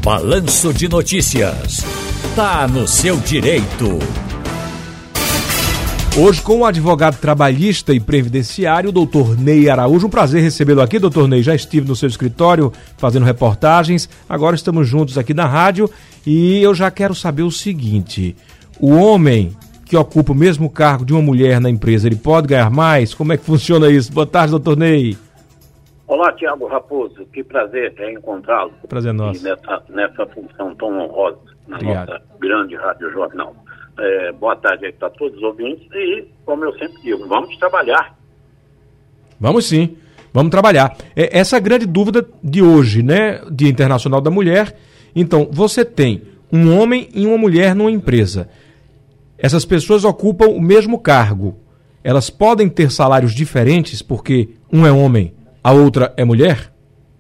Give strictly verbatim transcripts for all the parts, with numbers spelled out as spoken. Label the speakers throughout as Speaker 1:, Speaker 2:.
Speaker 1: Balanço de Notícias. Tá no seu direito.
Speaker 2: Hoje com o advogado trabalhista e previdenciário, o doutor Ney Araújo. Um prazer recebê-lo aqui, doutor Ney. Já estive no seu escritório fazendo reportagens, agora estamos juntos aqui na rádio e eu já quero saber o seguinte: o homem que ocupa o mesmo cargo de uma mulher na empresa, ele pode ganhar mais? Como é que funciona isso? Boa tarde, doutor Ney.
Speaker 3: Olá, Tiago Raposo, que prazer é encontrá-lo.
Speaker 2: Prazer nosso.
Speaker 3: Nessa, nessa função tão honrosa na
Speaker 2: Obrigado.
Speaker 3: Nossa grande Rádio Jornal. É, boa tarde aí para todos os ouvintes e, como eu sempre digo, vamos trabalhar.
Speaker 2: Vamos sim, vamos trabalhar. É, essa é a grande dúvida de hoje, né? Dia Internacional da Mulher. Então, você tem um homem e uma mulher numa empresa. Essas pessoas ocupam o mesmo cargo. Elas podem ter salários diferentes porque um é homem, a outra é mulher?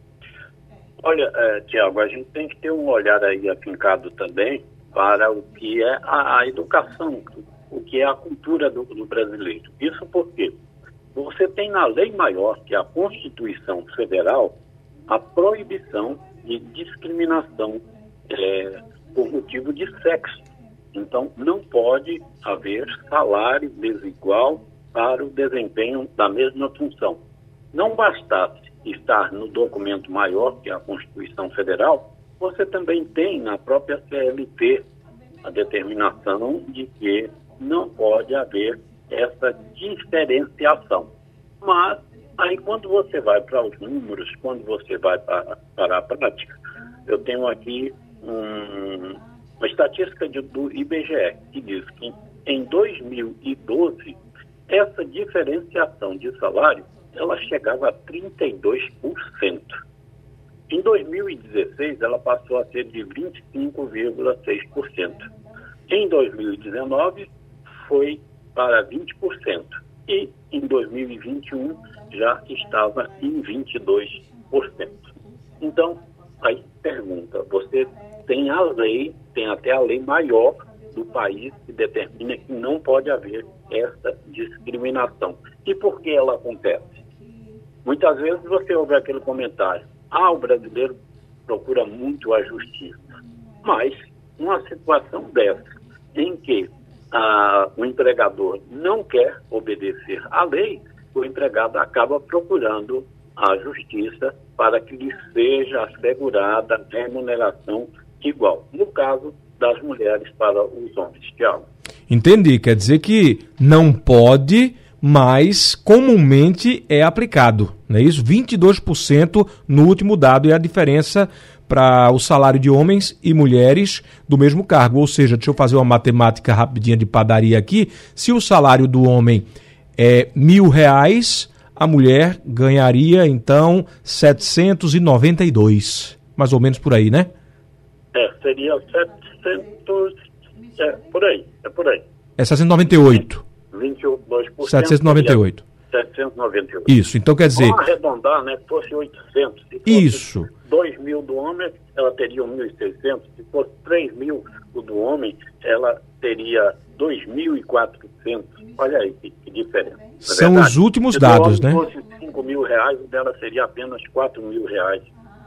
Speaker 3: Olha, é, Tiago, a gente tem que ter um olhar aí afincado também para o que é a, a educação, o que é a cultura do, do brasileiro. Isso porque você tem na lei maior, que é a Constituição Federal, a proibição de discriminação é, por motivo de sexo. Então, não pode haver salário desigual para o desempenho da mesma função. Não bastasse estar no documento maior, que é a Constituição Federal, você também tem na própria C L T a determinação de que não pode haver essa diferenciação. Mas, aí quando você vai para os números, quando você vai para, para a prática, eu tenho aqui um, uma estatística de, do I B G E, que diz que em dois mil e doze, essa diferenciação de salário, ela chegava a trinta e dois por cento. Em dois mil e dezesseis, ela passou a ser de vinte e cinco vírgula seis por cento. Em dois mil e dezenove, foi para vinte por cento. E em dois mil e vinte e um, já estava em vinte e dois por cento. Então, aí pergunta, você tem a lei, tem até a lei maior do país que determina que não pode haver essa discriminação. E por que ela acontece? Muitas vezes você ouve aquele comentário: ah, o brasileiro procura muito a justiça. Mas, numa situação dessa, em que ah, o empregador não quer obedecer à lei, o empregado acaba procurando a justiça para que lhe seja assegurada remuneração igual. No caso das mulheres para os homens. Tiago.
Speaker 2: Entendi. Quer dizer que não pode, mas comumente é aplicado, não é isso? vinte e dois por cento no último dado é a diferença para o salário de homens e mulheres do mesmo cargo. Ou seja, deixa eu fazer uma matemática rapidinha de padaria aqui. Se o salário do homem é mil reais, a mulher ganharia, então, setecentos e noventa e dois. Mais ou menos por aí, né?
Speaker 3: É, seria setecentos... É, por aí, é por aí.
Speaker 2: É setecentos e noventa e oito.
Speaker 3: vinte e dois por cento.
Speaker 2: setecentos e noventa e oito.
Speaker 3: setecentos e noventa e oito.
Speaker 2: Isso, então quer dizer...
Speaker 3: Vamos arredondar, né? Se fosse oitocentos. Se fosse
Speaker 2: Isso.
Speaker 3: dois mil do homem, ela teria mil e seiscentos. Se fosse três mil o do homem, ela teria dois mil e quatrocentos. Olha aí que, que diferença.
Speaker 2: São os últimos
Speaker 3: se
Speaker 2: dados, né?
Speaker 3: Se fosse cinco mil reais, o dela seria apenas quatro mil reais.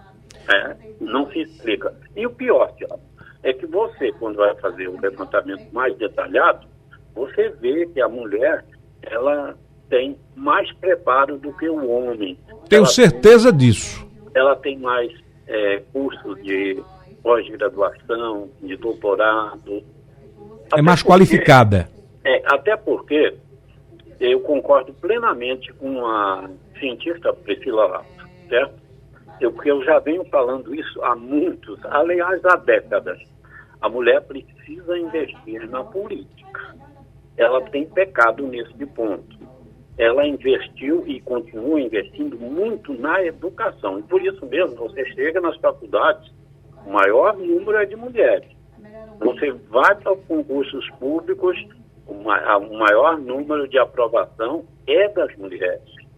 Speaker 3: É, não se explica. E o pior, Tiago, é que você, quando vai fazer um levantamento mais detalhado, você vê que a mulher, ela tem mais preparo do que o homem.
Speaker 2: Tenho
Speaker 3: ela
Speaker 2: certeza
Speaker 3: tem,
Speaker 2: disso.
Speaker 3: Ela tem mais é, cursos de pós-graduação, de doutorado.
Speaker 2: É mais porque, qualificada.
Speaker 3: É, até porque eu concordo plenamente com a cientista Priscila Lato, certo? Eu, porque eu já venho falando isso há muitos, aliás, há décadas. A mulher precisa investir na política. Ela tem pecado nesse ponto. Ela investiu e continua investindo muito na educação. E por isso mesmo, você chega nas faculdades, o maior número é de mulheres. Você vai para os concursos públicos, o maior número de aprovação é das mulheres.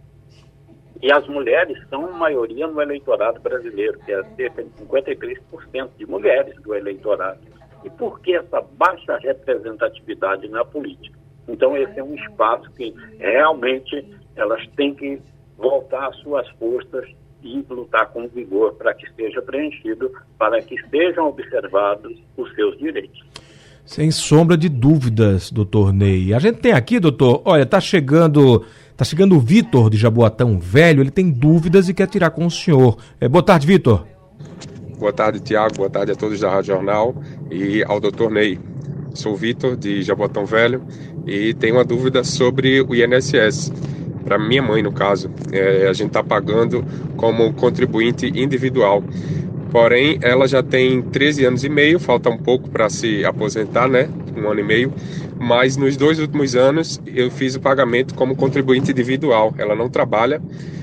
Speaker 3: E as mulheres são maioria no eleitorado brasileiro, que é cerca de cinquenta e três por cento de mulheres do eleitorado. E por que essa baixa representatividade na política? Então, esse é um espaço que realmente elas têm que voltar às suas forças e lutar com vigor para que seja preenchido, para que sejam observados os seus direitos.
Speaker 2: Sem sombra de dúvidas, doutor Ney. A gente tem aqui, doutor, olha, está chegando, tá chegando o Vitor de Jaboatão Velho, ele tem dúvidas e quer tirar com o senhor. É, boa tarde, Vitor.
Speaker 4: Boa tarde, Tiago. Boa tarde a todos da Rádio Jornal e ao doutor Ney. Sou o Vitor de Jaboatão Velho e tenho uma dúvida sobre o I N S S. Para minha mãe, no caso, é, a gente está pagando como contribuinte individual. Porém, ela já tem treze anos e meio, falta um pouco para se aposentar, né? Um ano e meio. Mas nos dois últimos anos eu fiz o pagamento como contribuinte individual. Ela não trabalha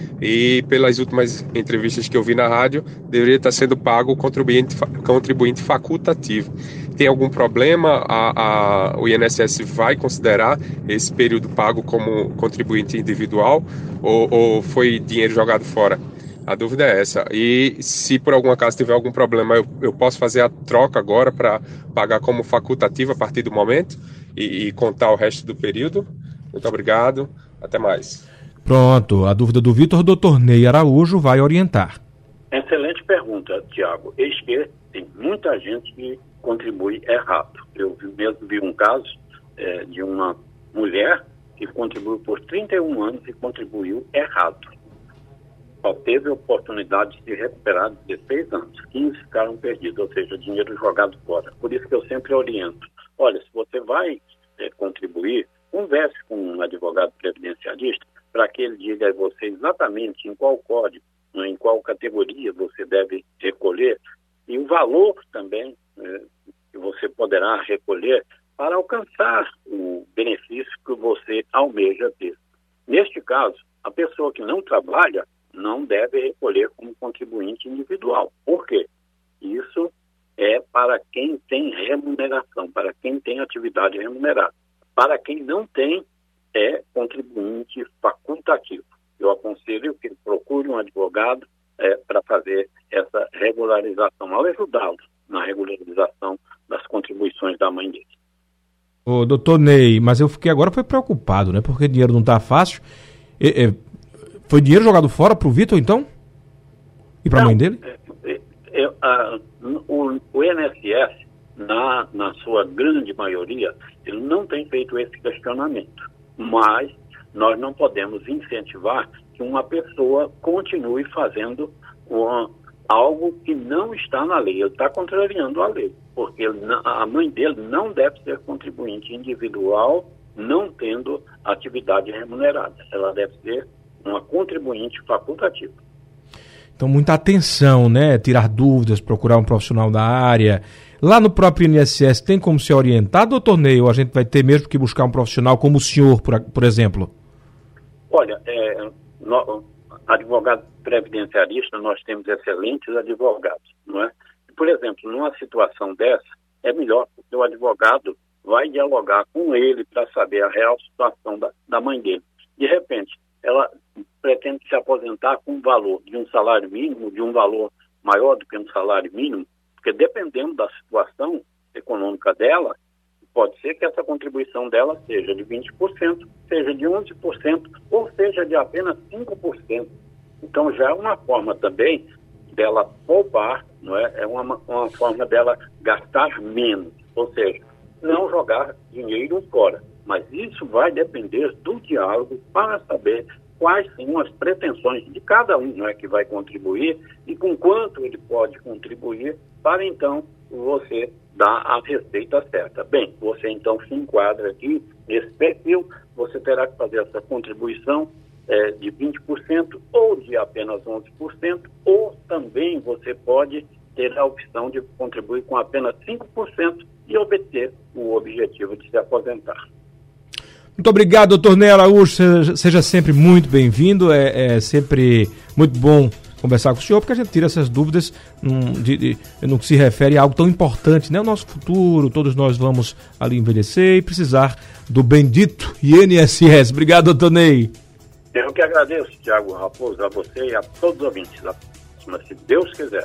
Speaker 4: e pelas últimas entrevistas que eu vi na rádio, deveria estar sendo pago o contribuinte, contribuinte facultativo. Tem algum problema? A, a, o I N S S vai considerar esse período pago como contribuinte individual ou, ou foi dinheiro jogado fora? A dúvida é essa. E se por algum acaso tiver algum problema, eu, eu posso fazer a troca agora para pagar como facultativo a partir do momento e, e contar o resto do período? Muito obrigado. Até mais.
Speaker 2: Pronto. A dúvida do Vitor, o doutor Ney Araújo vai orientar.
Speaker 3: Excelente pergunta, Tiago. Eis que tem muita gente que contribui errado. Eu mesmo vi um caso é, de uma mulher que contribuiu por trinta e um anos e contribuiu errado. Só teve a oportunidade de se recuperar dezesseis anos, quinze ficaram perdidos, ou seja, dinheiro jogado fora. Por isso que eu sempre oriento, olha, se você vai é, contribuir, converse com um advogado previdenciarista para que ele diga a você exatamente em qual código, em qual categoria você deve recolher e o valor também é, que você poderá recolher para alcançar o benefício que você almeja ter. Neste caso, a pessoa que não trabalha não deve recolher como contribuinte individual. Por quê? Isso é para quem tem remuneração, para quem tem atividade remunerada. Para quem não tem, é contribuinte facultativo. Eu aconselho que procure um advogado é, para fazer essa regularização, ao ajudá-lo na regularização das contribuições da mãe dele.
Speaker 2: Ô, doutor Ney, mas eu fiquei agora foi preocupado, né? Porque dinheiro não está fácil. É, é... Foi dinheiro jogado fora para o Vitor, então? E para a mãe dele?
Speaker 3: É, é, é, a, o, o I N S S, na, na sua grande maioria, ele não tem feito esse questionamento. Mas nós não podemos incentivar que uma pessoa continue fazendo uma, algo que não está na lei. Ele está contrariando a lei, porque ele, a mãe dele não deve ser contribuinte individual, não tendo atividade remunerada. Ela deve ser uma contribuinte facultativa.
Speaker 2: Então, muita atenção, né? Tirar dúvidas, procurar um profissional da área. Lá no próprio I N S S tem como ser orientado, doutor Ney, ou a gente vai ter mesmo que buscar um profissional como o senhor, por, por exemplo?
Speaker 3: Olha, é, no, advogado previdenciarista, nós temos excelentes advogados, não é? Por exemplo, numa situação dessa, é melhor porque o advogado vai dialogar com ele para saber a real situação da, da mãe dele. De repente, ela pretende se aposentar com um valor de um salário mínimo, de um valor maior do que um salário mínimo, porque dependendo da situação econômica dela, pode ser que essa contribuição dela seja de vinte por cento, seja de onze por cento, ou seja de apenas cinco por cento. Então já é uma forma também dela poupar, não é? É uma, uma forma dela gastar menos, ou seja, não jogar dinheiro fora. Mas isso vai depender do diálogo para saber quais são as pretensões de cada um, não é, que vai contribuir e com quanto ele pode contribuir para então você dar a receita certa. Bem, você então se enquadra aqui nesse perfil, você terá que fazer essa contribuição é, de vinte por cento ou de apenas onze por cento, ou também você pode ter a opção de contribuir com apenas cinco por cento e obter o objetivo de se aposentar.
Speaker 2: Muito obrigado, doutor Ney Araújo, seja, seja sempre muito bem-vindo, é, é sempre muito bom conversar com o senhor, porque a gente tira essas dúvidas num, de, de, no que se refere a algo tão importante, né? O nosso futuro, todos nós vamos ali envelhecer e precisar do bendito I N S S. Obrigado, doutor Ney.
Speaker 3: Eu que agradeço, Tiago Raposo, a você e a todos os ouvintes da próxima, se Deus quiser.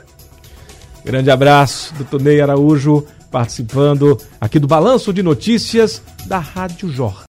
Speaker 2: Grande abraço, doutor Ney Araújo, participando aqui do Balanço de Notícias da Rádio Jornal.